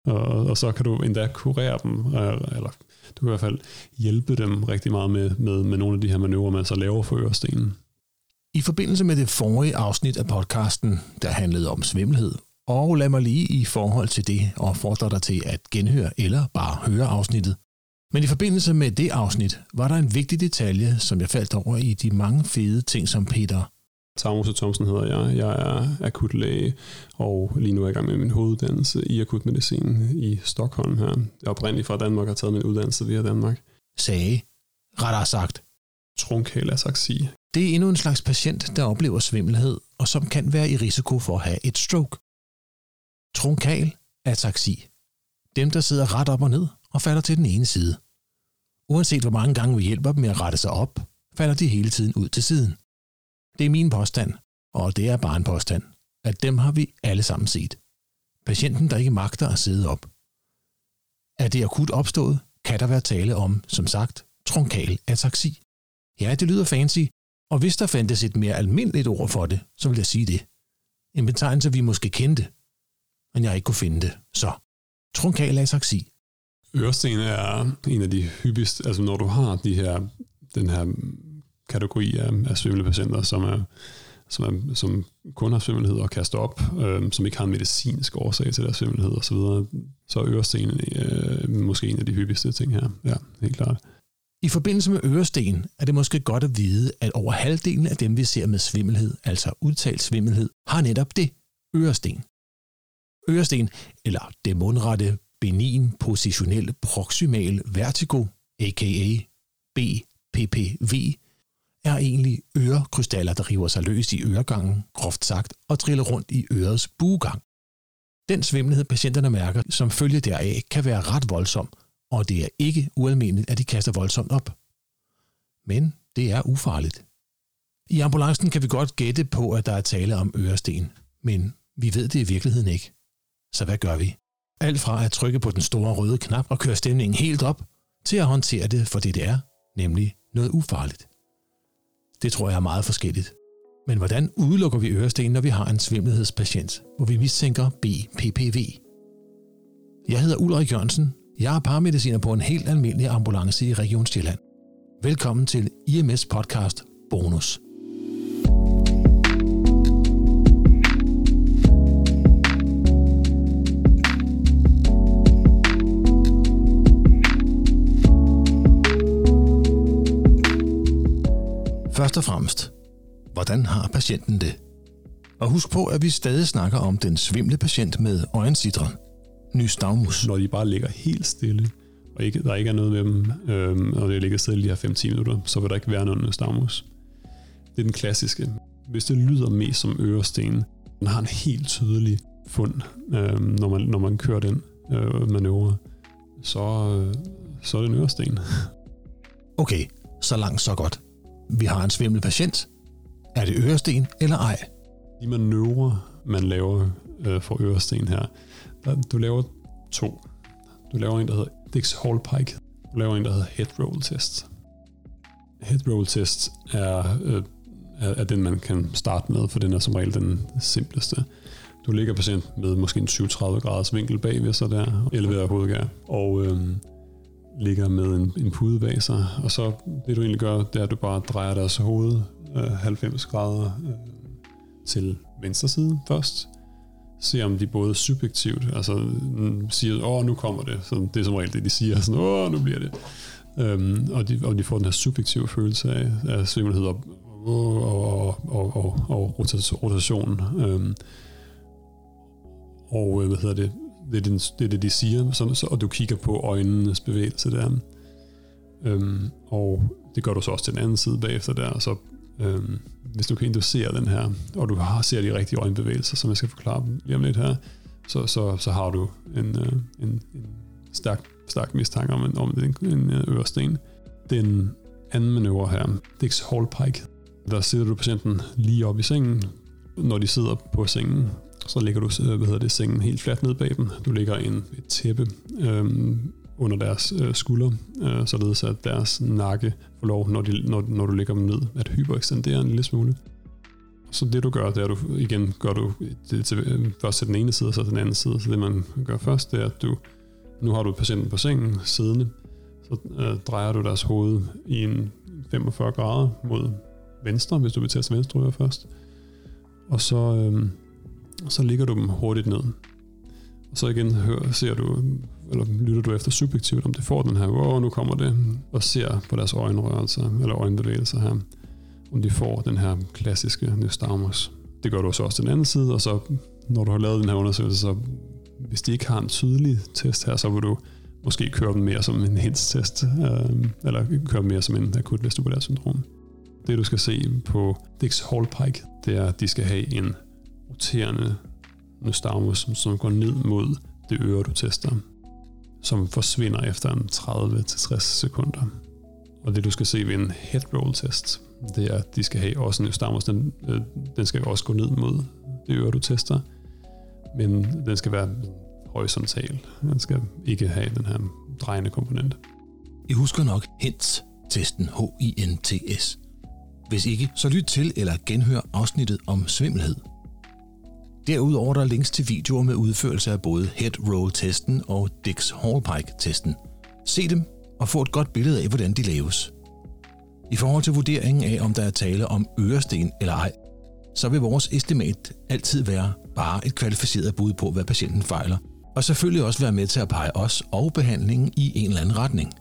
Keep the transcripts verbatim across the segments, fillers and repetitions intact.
Og, og så kan du endda kurere dem, eller du kan i hvert fald hjælpe dem rigtig meget med, med, med nogle af de her manøvrer, man så laver for ørestenen. I forbindelse med det forrige afsnit af podcasten, der handlede om svimmelhed, og lad mig lige i forhold til det opfordre dig til at genhøre eller bare høre afsnittet. Men i forbindelse med det afsnit var der en vigtig detalje, som jeg faldt over i de mange fede ting, som Peter Tagmose Thomsen hedder jeg. Jeg er akutlæge, og lige nu er jeg i gang med min hoveduddannelse i akutmedicin i Stockholm her. Jeg er oprindeligt fra Danmark og har taget min uddannelse via Danmark. sagde, rettere sagt, trunkaleataksi. Det er endnu en slags patient, der oplever svimmelhed, og som kan være i risiko for at have et stroke. Trunkaleataksi. Dem, der sidder ret op og ned og falder til den ene side. Uanset hvor mange gange vi hjælper dem med at rette sig op, falder de hele tiden ud til siden. Det er min påstand, og det er bare en påstand, at dem har vi alle sammen set. Patienten, der ikke magter at sidde op. Er det akut opstået, kan der være tale om, som sagt, trunkaleataksi. Ja, det lyder fancy, og hvis der fandtes et mere almindeligt ord for det, så vil jeg sige det. En betegnelse, vi måske kendte, men jeg ikke kunne finde det. Så, trunkaleataksi. Øresten er en af de hyppigste, altså når du har de her, den her kategori af, af svimmelpatienter, som, er, som, er, som kun har svimmelhed og kaster op, øh, som ikke har en medicinsk årsag til deres svimmelhed osv., så, så er øresten øh, måske en af de hyppigste ting her. Ja, helt klart. I forbindelse med øresten er det måske godt at vide, at over halvdelen af dem, vi ser med svimmelhed, altså udtalt svimmelhed, har netop det, øresten. Øresten, eller det mundrette benign positionel proximal vertigo, aka B P P V, er egentlig ørekrystaller, der river sig løs i øregangen, groft sagt, og triller rundt i ørets buegang. Den svimmelhed, patienterne mærker, som følge deraf, kan være ret voldsom, og det er ikke ualmindeligt, at de kaster voldsomt op. Men det er ufarligt. I ambulancen kan vi godt gætte på, at der er tale om øresten, men vi ved det i virkeligheden ikke. Så hvad gør vi? Alt fra at trykke på den store røde knap og køre stemningen helt op, til at håndtere det for det det er, nemlig noget ufarligt. Det tror jeg er meget forskelligt. Men hvordan udelukker vi øresten, når vi har en svimmelhedspatient, hvor vi mistænker B P P V? Jeg hedder Ulrik Jørgensen. Jeg er paramediciner på en helt almindelig ambulance i Region Sjælland. Velkommen til I M S podcast Bonus. Først og fremmest, hvordan har patienten det? Og husk på, at vi stadig snakker om den svimle patient med øjensidren, nystagmus. Når de bare ligger helt stille, og ikke, der ikke er noget med dem, øhm, og det ligger stille de her fem til ti minutter, så vil der ikke være noget nystagmus. Det er den klassiske. Hvis det lyder mest som øresten, den har en helt tydelig fund, øhm, når, man, når man kører den øh, manøvre, så, øh, så er det en øresten. Okay, så langt så godt. Vi har en svimmel patient. Er det øresten eller ej? De manøvrer, man laver øh, for øresten her, der, du laver to. Du laver en, der hedder Dix-Hallpike. Du laver en, der hedder Head Roll Test. Head Roll Test er, øh, er, er den, man kan starte med, for den er som regel den simpleste. Du ligger patient med måske en syv til tredive graders vinkel bagved sig der, eleveret hovedgær, og øh, ligger med en, en pude bag sig, og så det du egentlig gør, det er, at du bare drejer deres hoved øh, halvfems grader øh, til venstre side først. Se om de både subjektivt, altså mm, siger, åh, nu kommer det. Så det er som regel det, de siger, sådan, åh, nu bliver det. Øhm, og, de, og de får den her subjektive følelse af, af svimmelhed og, og, og, og, og rotation. Øhm, og hvad hedder det? Det er det, det, er det de siger, så, så, og du kigger på øjnenes bevægelse der. Øhm, og det gør du så også til den anden side bagefter der, og så øhm, hvis du kan inducere den her, og du har, ser de rigtige øjenbevægelser, som jeg skal forklare lige om lidt her, så, så, så har du en, øh, en, en stærk, stærk mistanke om en, om en, en øresten. Den anden manøvre her, Dix-Hallpike, der sætter du patienten lige op i sengen. Når de sidder på sengen, så lægger du hvad hedder det, sengen helt fladt ned bag dem. Du lægger en, et tæppe øhm, under deres øh, skulder, øh, således at deres nakke får lov, når, de, når, når du lægger dem ned, at hyperekstendere en lille smule. Så det du gør, det er, du igen gør du det til, først til den ene side, og så til den anden side. Så det man gør først, det er, at du, nu har du patienten på sengen siddende, så øh, drejer du deres hoved i en femogfyrre grader mod venstre, hvis du vil teste venstre øre først. Og så, øh, så ligger du dem hurtigt ned. Og så igen hører, ser du, eller lytter du efter subjektivt, om det får den her, åh, nu kommer det, og ser på deres øjenrørelser, eller øjenbevægelser her, om de får den her klassiske nystagmus. Det gør du så også til den anden side, og så når du har lavet den her undersøgelse, så hvis de ikke har en tydelig test her, så vil du måske køre dem mere som en hintstest, øh, eller køre dem mere som en akut vestibulært syndrom. Det du skal se på Dix-Hallpike, det er, at de skal have en roterende nystagmus, som, som går ned mod det øre, du tester, som forsvinder efter en tredive til tres sekunder. Og det du skal se ved en head roll test, det er, at de skal have også en nystagmus. Den, øh, den skal også gå ned mod det øre, du tester, men den skal være horisontal. Den skal ikke have den her drejende komponent. I husker nok HINTS-testen, H I N T S. Hvis ikke, så lyt til eller genhør afsnittet om svimmelhed. Derudover er der links til videoer med udførelse af både head roll-testen og Dix-Hallpike-testen. Se dem og få et godt billede af, hvordan de laves. I forhold til vurderingen af, om der er tale om øresten eller ej, så vil vores estimat altid være bare et kvalificeret bud på, hvad patienten fejler, og selvfølgelig også være med til at pege os og behandlingen i en eller anden retning.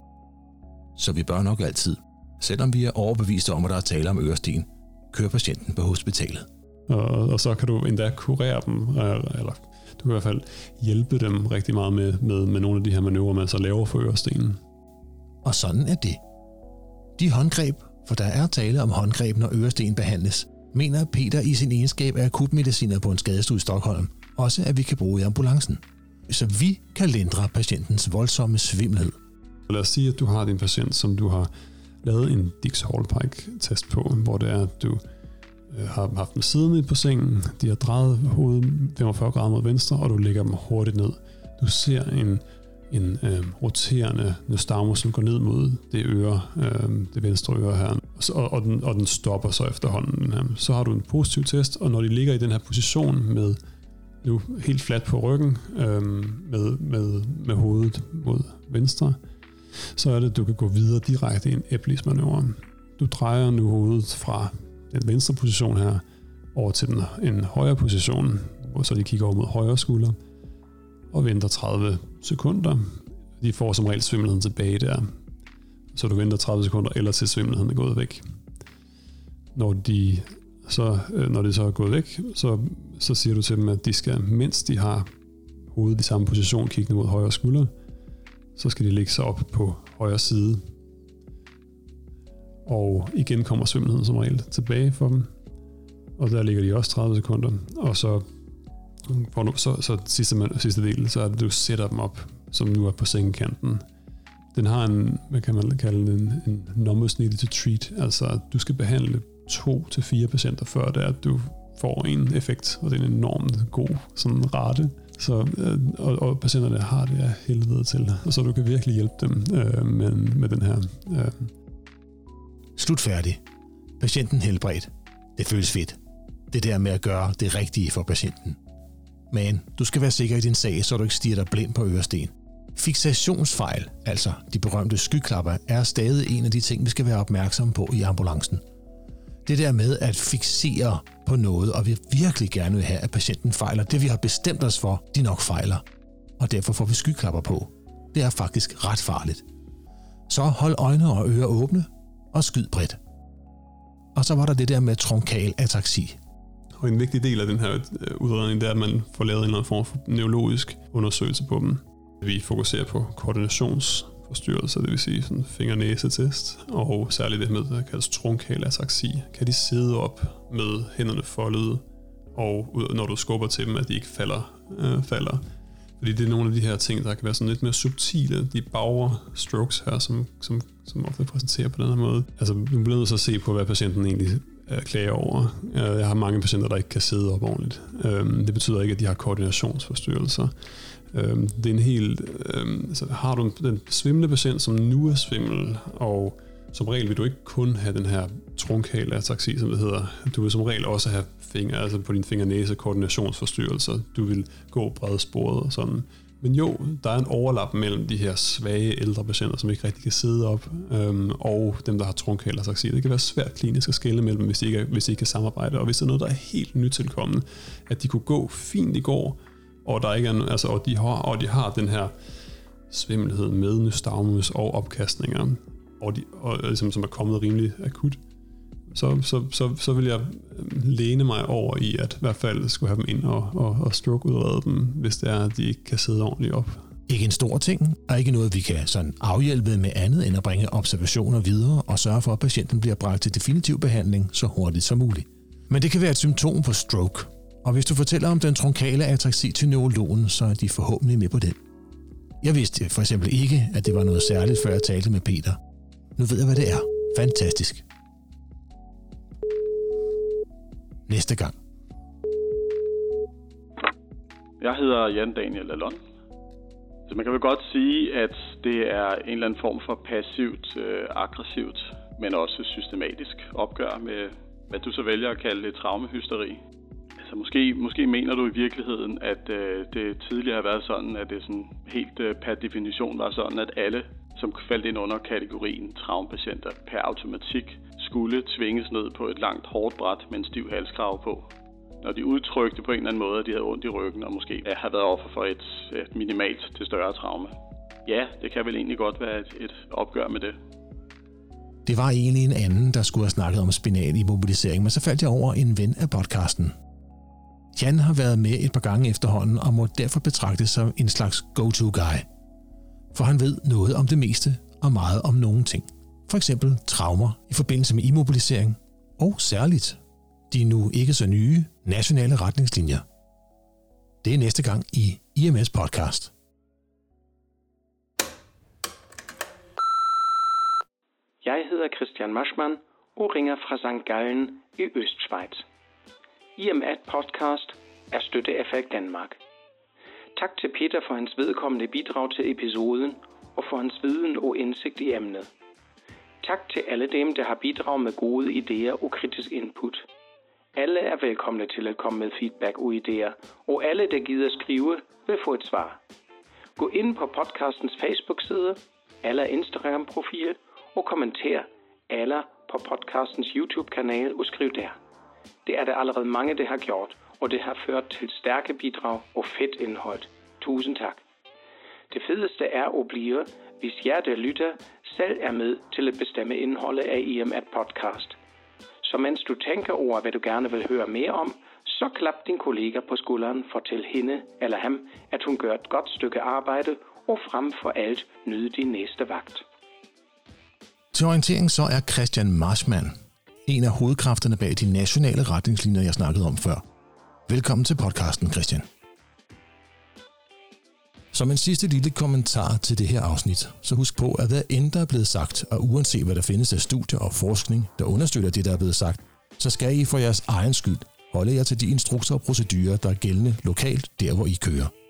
Så vi bør nok altid, selvom vi er overbeviste om, at der er tale om øresten, køre patienten på hospitalet. Og, og så kan du endda kurere dem, eller du kan i hvert fald hjælpe dem rigtig meget med, med, med nogle af de her manøvrer, man så laver for ørestenen. Og sådan er det. De håndgreb, for der er tale om håndgreb, når øresten behandles, mener Peter i sin egenskab af akutmediciner på en skadestue i Stockholm, også at vi kan bruge i ambulancen, så vi kan lindre patientens voldsomme svimmelhed. Lad os sige, at du har din patient, som du har lavet en Dix-Hallpike-test på, hvor det er, at du øh, har haft dem siddende på sengen, de har drejet hovedet femogfyrre grader mod venstre, og du lægger dem hurtigt ned. Du ser en, en øh, roterende nystagmus, som går ned mod det øre, øh, det venstre øre her, og, og, den, og den stopper så efterhånden. Så har du en positiv test, og når de ligger i den her position med nu helt fladt på ryggen, øh, med, med, med hovedet mod venstre, så er det, at du kan gå videre direkte i en Epplis-manøvre. Du drejer nu hovedet fra den venstre position her over til den, en højre position, hvor så de kigger over mod højre skulder, og venter tredive sekunder. De får som regel svimmelheden tilbage der. Så du venter tredive sekunder, eller til svimmelheden er gået væk. Når de så, når de så er gået væk, så, så siger du til dem, at de skal, mens de har hovedet i samme position, kiggende mod højre skulder, så skal de lægge sig op på højre side. Og igen kommer svimmelheden som regel tilbage for dem. Og der ligger de også tredive sekunder. Og så, for nu, så, så sidste, sidste del, så er det, du sætter dem op, som nu er på sengekanten. Den har en, hvad kan man kalde en, en numbers needed to treat. Altså, du skal behandle to til fire patienter, før det er, at du får en effekt. Og det er en enormt god sådan rate. Så, og, og patienterne har det af helvede til, og så du kan virkelig hjælpe dem øh, med, med den her. Øh. Slutfærdig. Patienten helbredt. Det føles fedt. Det der med at gøre det rigtige for patienten. Men du skal være sikker i din sag, så du ikke stirrer dig blind på øresten. Fixationsfejl, altså de berømte skyklapper, er stadig en af de ting, vi skal være opmærksomme på i ambulancen. Det der med at fixere på noget, og vi virkelig gerne vil have, at patienten fejler det, vi har bestemt os for, de nok fejler. Og derfor får vi skyklapper på. Det er faktisk ret farligt. Så hold øjne og ører åbne, og skyd bredt. Og så var der det der med trunkal ataksi. Og en vigtig del af den her udredning, det er, at man får lavet en eller anden form for neurologisk undersøgelse på dem. Vi fokuserer på koordinationsforstyrrelser, det vil sige sådan finger-næse-test, og særligt det med, der kaldes trunkal ataksi. Kan de sidde op med hænderne foldede, og når du skubber til dem, at de ikke falder, øh, falder. Fordi det er nogle af de her ting, der kan være sådan lidt mere subtile, de bagre strokes her, som, som, som ofte præsenterer på den her måde. Altså, vi bliver nødt til at se på, hvad patienten egentlig klager over. Jeg har mange patienter, der ikke kan sidde op ordentligt. Det betyder ikke, at de har koordinationsforstyrrelser. Det er en helt... Altså, har du den svimlende patient, som nu er svimmel, og Som regel vil du ikke kun have den her trunkale ataksi, som det hedder. Du vil som regel også have fingre, altså på din fingernæse koordinationsforstyrrelser. Du vil gå bredsporet og sådan. Men jo, der er en overlap mellem de her svage ældre patienter, som ikke rigtig kan sidde op, øhm, og dem, der har trunkale ataksi. Det kan være svært klinisk at skelne mellem, hvis de, ikke, hvis de ikke kan samarbejde. Og hvis der er noget, der er helt nytilkommende, at de kunne gå fint i går, og, der ikke er, altså, og, de, har, og de har den her svimmelhed med nystagmus og opkastninger, og de, og, ligesom, som er kommet rimelig akut, så, så, så, så vil jeg læne mig over i, at i hvert fald skulle have dem ind og, og, og stroke-udrede dem, hvis det er, at de ikke kan sidde ordentligt op. Ikke en stor ting, og ikke noget, vi kan sådan afhjælpe med andet end at bringe observationer videre og sørge for, at patienten bliver bragt til definitiv behandling så hurtigt som muligt. Men det kan være et symptom på stroke, og hvis du fortæller om den trunkale ataksi til neurologen, så er de forhåbentlig med på den. Jeg vidste for eksempel ikke, at det var noget særligt, før jeg talte med Peter. Nu ved jeg, hvad det er. Fantastisk. Næste gang. Jeg hedder Jan Daniel Lalonde. Så man kan vel godt sige, at det er en eller anden form for passivt, øh, aggressivt, men også systematisk opgør med, hvad du så vælger at kalde det traumehysteri. Altså måske, måske mener du i virkeligheden, at øh, det tidligere har været sådan, at det sådan helt øh, per definition var sådan, at alle, som faldt ind under kategorien traumepatienter, per automatik skulle tvinges ned på et langt hårdt bræt med en stiv halskrave på, når de udtrykte på en eller anden måde, at de havde ondt i ryggen og måske ja, havde været offer for et, et minimalt til større traume. Ja, det kan vel egentlig godt være et, et opgør med det. Det var egentlig en anden, der skulle have snakket om spinal immobilisering, men så faldt jeg over en ven af podcasten. Jan har været med et par gange efterhånden og må derfor betragtes som en slags go-to-guy. For han ved noget om det meste og meget om nogle ting. For eksempel traumer i forbindelse med immobilisering, og særligt de nu ikke så nye nationale retningslinjer. Det er næste gang i I M S podcast. Jeg hedder Christian Maschmann og ringer fra Sankt Gallen i Østschweiz. I M S podcast er støttet af Falck Danmark. Tak til Peter for hans vedkommende bidrag til episoden og for hans viden og indsigt i emnet. Tak til alle dem, der har bidraget med gode idéer og kritisk input. Alle er velkomne til at komme med feedback og idéer, og alle, der gider skrive, vil få et svar. Gå ind på podcastens Facebook-side, eller Instagram-profil, og kommenter, eller på podcastens YouTube-kanal og skriv der. Det er der allerede mange, der har gjort, og det har ført til stærke bidrag og fedt indhold. Tusind tak. Det fedeste er og bliver, hvis jer, der lytter, selv er med til at bestemme indholdet af I M A podcast. Så mens du tænker over, hvad du gerne vil høre mere om, så klap din kollega på skulderen, fortæl hende eller ham, at hun gør et godt stykke arbejde, og frem for alt nyde din næste vagt. Til orientering så er Christian Maschmann en af hovedkræfterne bag de nationale retningslinjer, jeg snakkede om før. Velkommen til podcasten, Christian. Som en sidste lille kommentar til det her afsnit, så husk på, at hvad end der er blevet sagt, og uanset hvad der findes af studier og forskning, der understøtter det, der er blevet sagt, så skal I for jeres egen skyld holde jer til de instrukser og procedurer, der er gældende lokalt, der hvor I kører.